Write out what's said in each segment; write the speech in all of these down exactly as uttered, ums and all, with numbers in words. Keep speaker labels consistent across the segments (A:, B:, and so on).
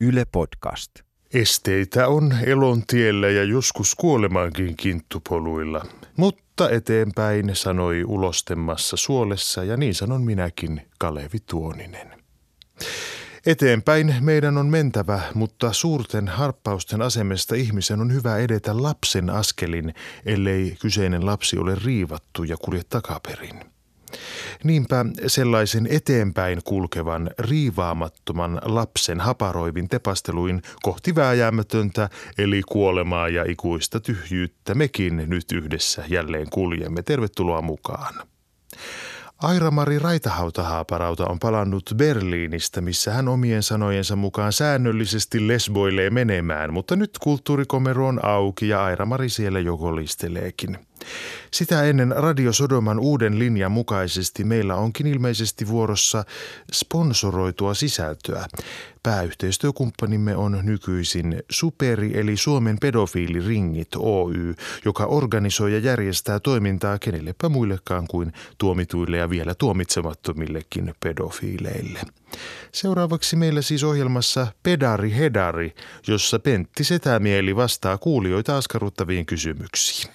A: Yle Podcast.
B: Esteitä on elon tiellä ja joskus kuolemaankin kinttupoluilla, mutta eteenpäin sanoi ulostemmassa suolessa ja niin sanon minäkin, Kalevi Tuoninen. Eteenpäin meidän on mentävä, mutta suurten harppausten asemesta ihmisen on hyvä edetä lapsen askelin, ellei kyseinen lapsi ole riivattu ja kulje takaperin. Niinpä sellaisen eteenpäin kulkevan, riivaamattoman lapsen haparoivin tepasteluin kohti vääjäämätöntä, eli kuolemaa ja ikuista tyhjyyttä mekin nyt yhdessä jälleen kuljemme. Tervetuloa mukaan. Aira-Mari Raitahauta-Haaparauta on palannut Berliinistä, missä hän omien sanojensa mukaan säännöllisesti lesboilee menemään, mutta nyt kulttuurikomero on auki ja Aira-Mari siellä jo kolisteleekin. Sitä ennen Radio Sodoman uuden linjan mukaisesti meillä onkin ilmeisesti vuorossa sponsoroitua sisältöä. Pääyhteistyökumppanimme on nykyisin Superi eli Suomen pedofiiliringit Oy, joka organisoi ja järjestää toimintaa kenellepä muillekaan kuin tuomituille ja vielä tuomitsemattomillekin pedofiileille. Seuraavaksi meillä siis ohjelmassa Pedari Hedari, jossa Pentti Setämieli vastaa kuulijoita askarruttaviin kysymyksiin.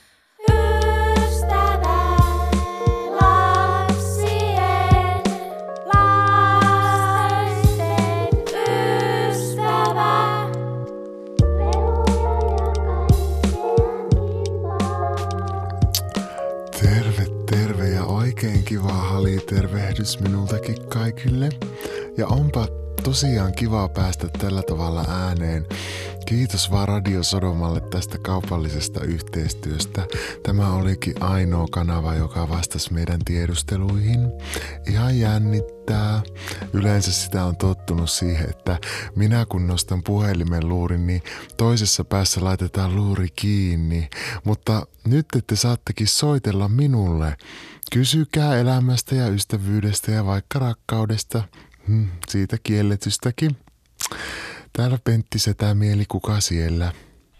C: Oikein kiva halitervehdys minultakin kaikille. Ja onpa tosiaan kiva päästä tällä tavalla ääneen. Kiitos vaan Radio Sodomalle tästä kaupallisesta yhteistyöstä. Tämä olikin ainoa kanava, joka vastasi meidän tiedusteluihin. Ihan jännittää. Yleensä sitä on tottunut siihen, että minä kun nostan puhelimen luurin, niin toisessa päässä laitetaan luuri kiinni. Mutta nyt te saattekin soitella minulle. Kysykää elämästä ja ystävyydestä ja vaikka rakkaudesta. Hmm, siitä kielletystäkin. Täällä Pentti Setämieli, kuka siellä?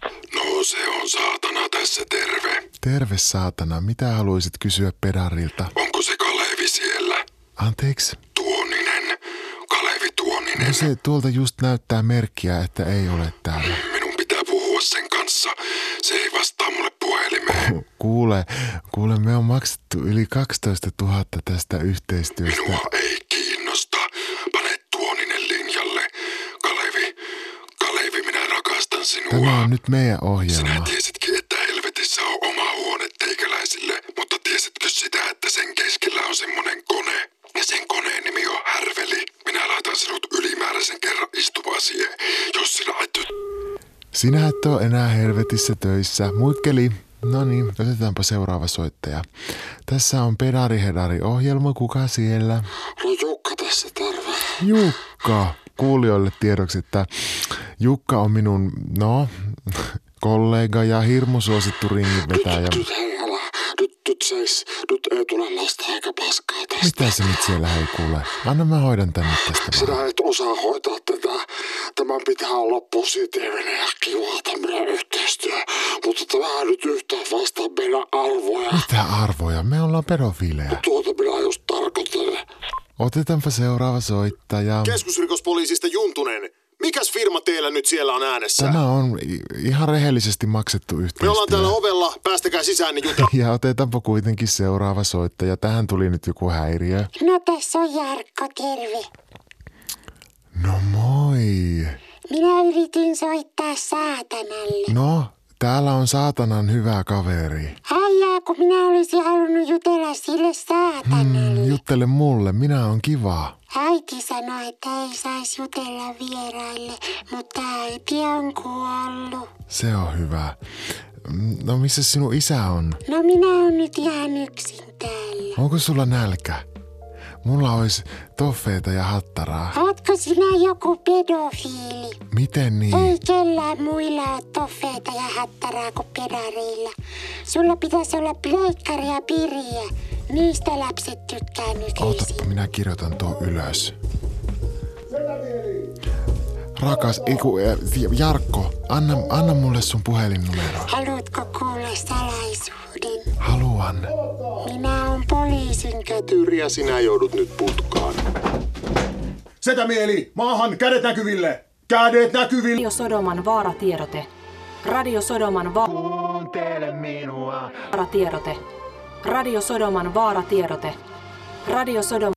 D: No se on saatana tässä, terve.
C: Terve saatana, mitä haluaisit kysyä Pedarilta?
D: Onko se Kalevi siellä?
C: Anteeksi?
D: Tuoninen, Kalevi Tuoninen.
C: No se tuolta just näyttää merkkiä, että ei ole täällä.
D: Minun pitää puhua sen kanssa, se ei vastaa mulle puhelimeen.
C: Kuule, kuule me on maksettu yli kaksitoista tuhatta tästä yhteistyöstä.
D: Minua ei kiinnosta, pane Tuoninen linjalle. Kalevi, Kalevi, minä rakastan sinua.
C: Tämä on nyt meidän ohjelma.
D: Sinä tiesitkin, että helvetissä on oma huone teikäläisille, mutta tiesitkö sitä, että sen keskellä on semmonen kone? Ja sen koneen nimi on Härveli. Minä laitan sinut ylimääräisen kerran istumaan siihen, jos sinä et...
C: Sinä et ole enää helvetissä töissä. Muikkeli. No niin, otetaanpa seuraava soittaja. Tässä on Pedari Hedari ohjelma. Kuka siellä?
D: No Jukka tässä, terve.
C: Jukka. Kuulijoille tiedoksi, että Jukka on minun, no, kollega ja hirmu suosittu ringinvetäjä.
D: Nyt, nyt hei, älä. Nyt, nyt seis. Nyt ei tule lasta eikä paskaa tästä.
C: Mitä se nyt siellä hei kuule? Anna mä hoidan tänne tästä.
D: Sinä et osaa hoitaa tätä. Tämän pitää olla positiivinen ja kiva tämmöinen yhteistyö. Mutta tämä nyt yhtään vastaa meidän arvoja.
C: Mitä arvoja? Me ollaan pedofiileja.
D: Tuota minä just tarkoitan.
C: Otetaanpa seuraava soittaja.
E: Keskusrikospoliisista Juntunen. Mikäs firma teillä nyt siellä on äänessä?
C: Tämä on ihan rehellisesti maksettu yhteistyö.
E: Me ollaan täällä ovella. Päästäkää sisään, niin jutellaan.
C: Ja otetaanpa kuitenkin seuraava soittaja. Tähän tuli nyt joku häiriö.
F: No tässä on Jarkko, terve.
C: No moi.
F: Minä yritin soittaa saatanalle.
C: No, täällä on saatanan hyvä kaveri.
F: Ai jaa, kun minä olisin halunnut jutella sille saatanalle.
C: Hmm, juttele mulle, minä on kiva.
F: Äiti sanoi, että ei saisi jutella vieraille, mutta äiti on kuollut.
C: Se on hyvä. No missä sinun isä on?
F: No minä on nyt ihan yksin täällä.
C: Onko sulla nälkä? Mulla olisi toffeita ja hattaraa.
F: Ootko sinä joku pedofiili?
C: Miten niin?
F: Ei kellään muilla ole toffeita ja hattaraa kuin Pedarilla. Sulla pitäisi olla pleikkari ja piriä. Niistä lapset tykkää nykyisin.
C: Ootappa, minä kirjoitan tuon ylös. Rakas, eiku, Jarkko, anna, anna mulle sun puhelinnumero.
F: Haluatko kuulla salaisuuden?
C: Haluan.
F: Minä oon poliisin
E: Kätyri ja sinä joudut nyt putkaan.
G: Setämieli, maahan, kädet näkyville!
E: Kädet näkyvillä.
A: Radio Sodoman vaaratiedote. Radio Sodoman va-
E: Kuuntele minua.
A: vaaratiedote. Radio Sodoman vaaratiedote. Radio Sodoman.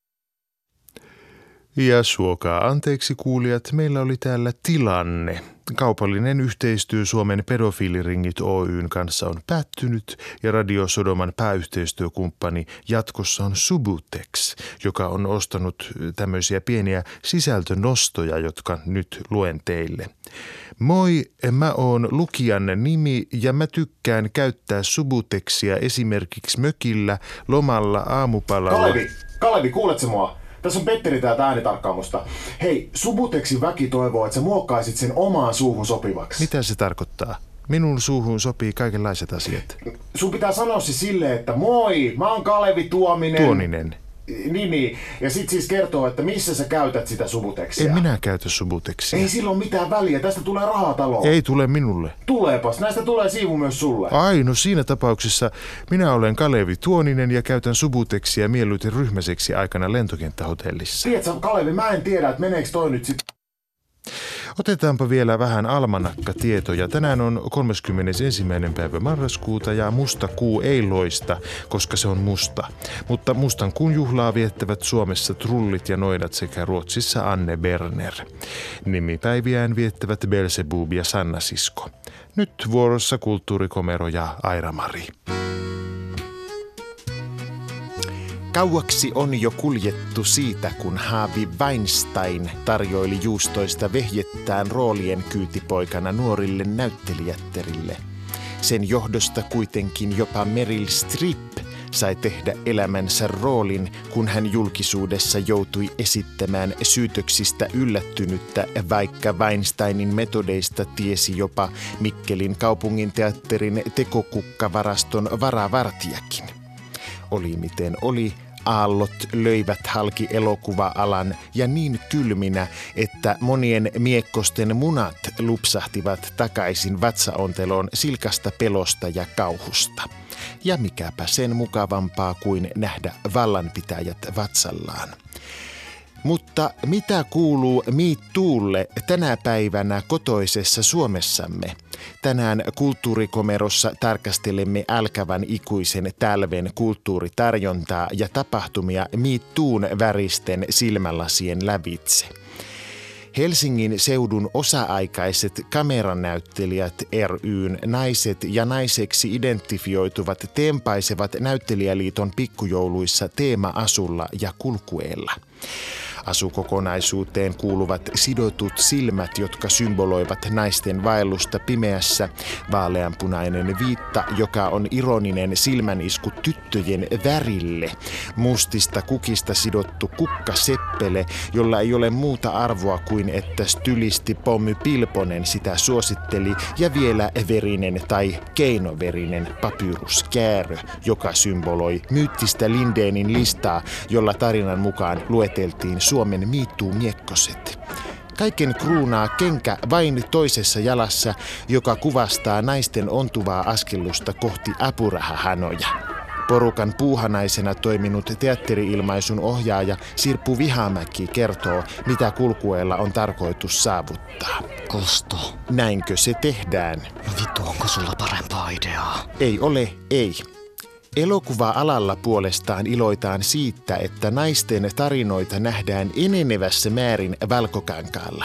B: Ja suokaa anteeksi kuulijat, meillä oli täällä tilanne. Kaupallinen yhteistyö Suomen pedofiiliringit Oyn kanssa on päättynyt ja Radio Sodoman pääyhteistyökumppani jatkossa on Subutex, joka on ostanut tämmöisiä pieniä sisältönostoja, jotka nyt luen teille. Moi, mä oon lukijan nimi ja mä tykkään käyttää Subutexia esimerkiksi mökillä, lomalla, aamupalalla.
E: Kalevi, Kalevi, kuuletko mua? Tässä on Petteri täältä äänitarkkaamusta. Hei, Subutexin väki toivoo, että sä muokkaisit sen omaan suuhun sopivaksi.
B: Mitä se tarkoittaa? Minun suuhun sopii kaikenlaiset asiat.
E: Sun pitää sanoa se silleen, että moi, mä oon Kalevi Tuominen.
B: Tuoninen.
E: Niin, niin. Ja sit siis kertoo, että missä sä käytät sitä Subutexia.
B: En minä käytä Subutexia.
E: Ei sillä ole mitään väliä, tästä tulee rahaa taloon.
B: Ei tule minulle.
E: Tuleepas, näistä tulee siivu myös sulle.
B: Ai, no siinä tapauksessa minä olen Kalevi Tuoninen ja käytän Subutexia mieluiten ryhmäseksi aikana lentokenttähotellissa.
E: Tiedätkö, Kalevi, mä en tiedä, että meneekö toi nyt sit...
B: Otetaanpa vielä vähän almanakkatietoja. Tänään on kolmaskymmenesensimmäinen päivä marraskuuta ja musta kuu ei loista, koska se on musta. Mutta mustan kuun juhlaa viettävät Suomessa trullit ja noidat sekä Ruotsissa Anne Berner. Nimipäiviään viettävät Belzebub ja Sanna Sisko. Nyt vuorossa kulttuurikomero ja Aira-Mari.
G: Kauaksi on jo kuljettu siitä, kun Harvey Weinstein tarjoili juustoista vehjettään roolien kyytipoikana nuorille näyttelijätterille. Sen johdosta kuitenkin jopa Meryl Streep sai tehdä elämänsä roolin, kun hän julkisuudessa joutui esittämään syytöksistä yllättynyttä, vaikka Weinsteinin metodeista tiesi jopa Mikkelin kaupunginteatterin tekokukkavaraston varavartijakin. Oli miten oli, aallot löivät halki elokuva-alan ja niin kylminä, että monien miekkosten munat lupsahtivat takaisin vatsaonteloon silkasta pelosta ja kauhusta. Ja mikäpä sen mukavampaa kuin nähdä vallanpitäjät vatsallaan. Mutta mitä kuuluu Me Toolle tänä päivänä kotoisessa Suomessamme? Tänään kulttuurikomerossa tarkastelemme älkävän ikuisen talven kulttuuritarjontaa ja tapahtumia Me Toon väristen silmälasien lävitse. Helsingin seudun osa-aikaiset kameranäyttelijät ry:n naiset ja naiseksi identifioituvat tempaisevat Näyttelijäliiton pikkujouluissa teema-asulla ja kulkueella. Asukokonaisuuteen kuuluvat sidotut silmät, jotka symboloivat naisten vaellusta pimeässä, vaaleanpunainen viitta, joka on ironinen silmänisku tyttöjen värille, mustista kukista sidottu kukkaseppele, jolla ei ole muuta arvoa kuin että stylisti Pommy Pilponen sitä suositteli, ja vielä verinen tai keinoverinen papyruskäärö, joka symboloi myyttistä Lindénin listaa, jolla tarinan mukaan lueteltiin Suomen Me Too-miekkoset. Kaiken kruunaa kenkä vain toisessa jalassa, joka kuvastaa naisten ontuvaa askellusta kohti apurahahanoja. Porukan puuhanaisena toiminut teatteri-ilmaisun ohjaaja Sirppu Vihamäki kertoo, mitä kulkueella on tarkoitus saavuttaa.
H: Kosto.
G: Näinkö se tehdään?
H: No vittu, onko sulla parempaa ideaa?
G: Ei ole, ei. Elokuva-alalla puolestaan iloitaan siitä, että naisten tarinoita nähdään enenevässä määrin valkokankaalla.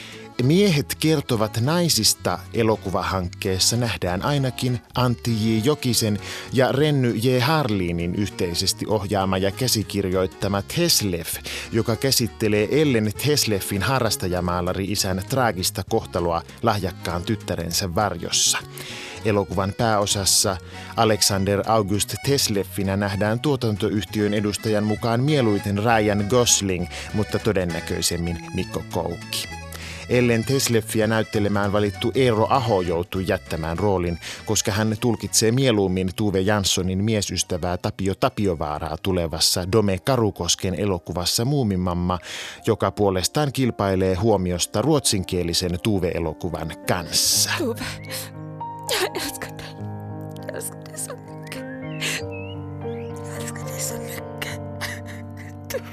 G: Miehet kertovat naisista elokuvahankkeessa nähdään ainakin Antti J. Jokisen ja Renny J. Harlinin yhteisesti ohjaama ja käsikirjoittama Tesleff, joka käsittelee Ellen Tesleffin harrastajamaalari-isän traagista kohtaloa lahjakkaan tyttärensä varjossa. Elokuvan pääosassa Alexander August Tesleffinä nähdään tuotantoyhtiön edustajan mukaan mieluiten Ryan Gosling, mutta todennäköisemmin Mikko Koukki. Ellen Tesleffiä näyttelemään valittu Eero Aho joutui jättämään roolin, koska hän tulkitsee mieluummin Tuve Janssonin miesystävää Tapio Tapiovaaraa tulevassa Dome Karukosken elokuvassa Muumimamma, joka puolestaan kilpailee huomiosta ruotsinkielisen Tuve-elokuvan kanssa.
I: Tuve, jag älskar dig. Jag älskar dig så mycket. Jag älskar dig så mycket. Tuve.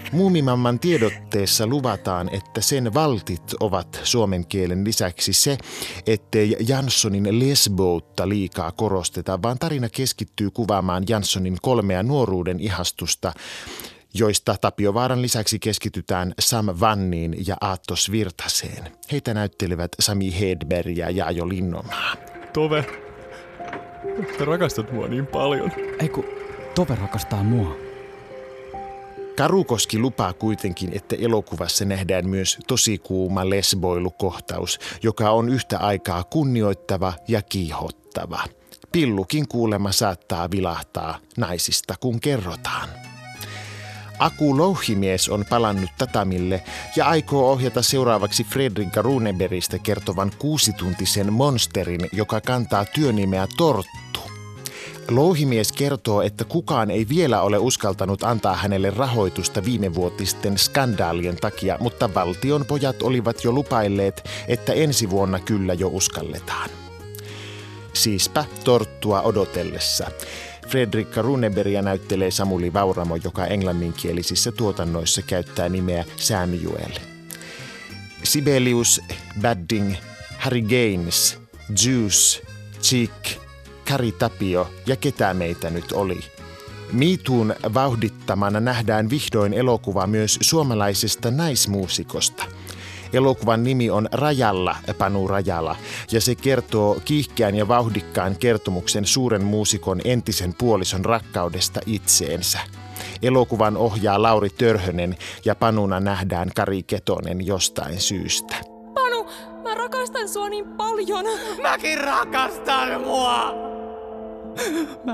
G: Muumimamman tiedotteessa luvataan, että sen valtit ovat suomen kielen lisäksi se, ettei Janssonin lesboutta liikaa korosteta, vaan tarina keskittyy kuvaamaan Janssonin kolmea nuoruuden ihastusta, joista Tapiovaaran lisäksi keskitytään Sam Vanniin ja Aattos Virtaseen. Heitä näyttelevät Sami Hedberg ja Jaajo Linnomaa.
J: Tove, sä rakastat mua niin paljon.
H: Ei kun Tove rakastaa mua.
G: Karukoski lupaa kuitenkin, että elokuvassa nähdään myös tosi kuuma lesboilukohtaus, joka on yhtä aikaa kunnioittava ja kiihottava. Pillukin kuulemma saattaa vilahtaa naisista, kun kerrotaan. Aku Louhimies on palannut tatamille ja aikoo ohjata seuraavaksi Fredrika Runebergistä kertovan kuusituntisen monsterin, joka kantaa työnimeä Torttu. Louhimies kertoo, että kukaan ei vielä ole uskaltanut antaa hänelle rahoitusta viimevuotisten skandaalien takia, mutta valtion pojat olivat jo lupailleet, että ensi vuonna kyllä jo uskalletaan. Siispä Torttua odotellessa. Fredrika Runebergia näyttelee Samuli Vauramo, joka englanninkielisissä tuotannoissa käyttää nimeä Samuel. Sibelius, Badding, Harry Gaines, Juice, Cheek, Kari Tapio ja ketä meitä nyt oli. MeToon vauhdittamana nähdään vihdoin elokuva myös suomalaisesta naismuusikosta. Elokuvan nimi on Rajalla, Panu Rajala, ja se kertoo kiihkeän ja vauhdikkaan kertomuksen suuren muusikon entisen puolison rakkaudesta itseensä. Elokuvan ohjaa Lauri Törhönen ja Panuna nähdään Kari Ketonen jostain syystä.
I: Panu, mä rakastan sua niin paljon.
H: Mäkin rakastan mua!
J: Mä...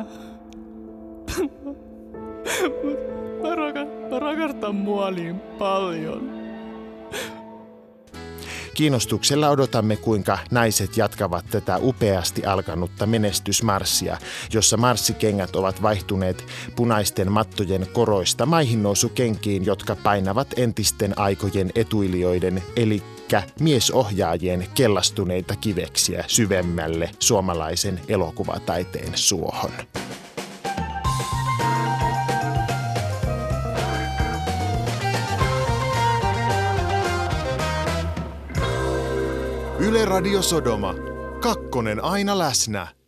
J: mä, raka... mä rakastan mua niin paljon.
G: Kiinnostuksella odotamme, kuinka naiset jatkavat tätä upeasti alkanutta menestysmarssia, jossa marssikengät ovat vaihtuneet punaisten mattojen koroista maihinnousukenkiin, jotka painavat entisten aikojen etuilijoiden, elikkä miesohjaajien kellastuneita kiveksiä syvemmälle suomalaisen elokuvataiteen suohon.
B: Yle Radio Sodoma. Kakkonen aina läsnä.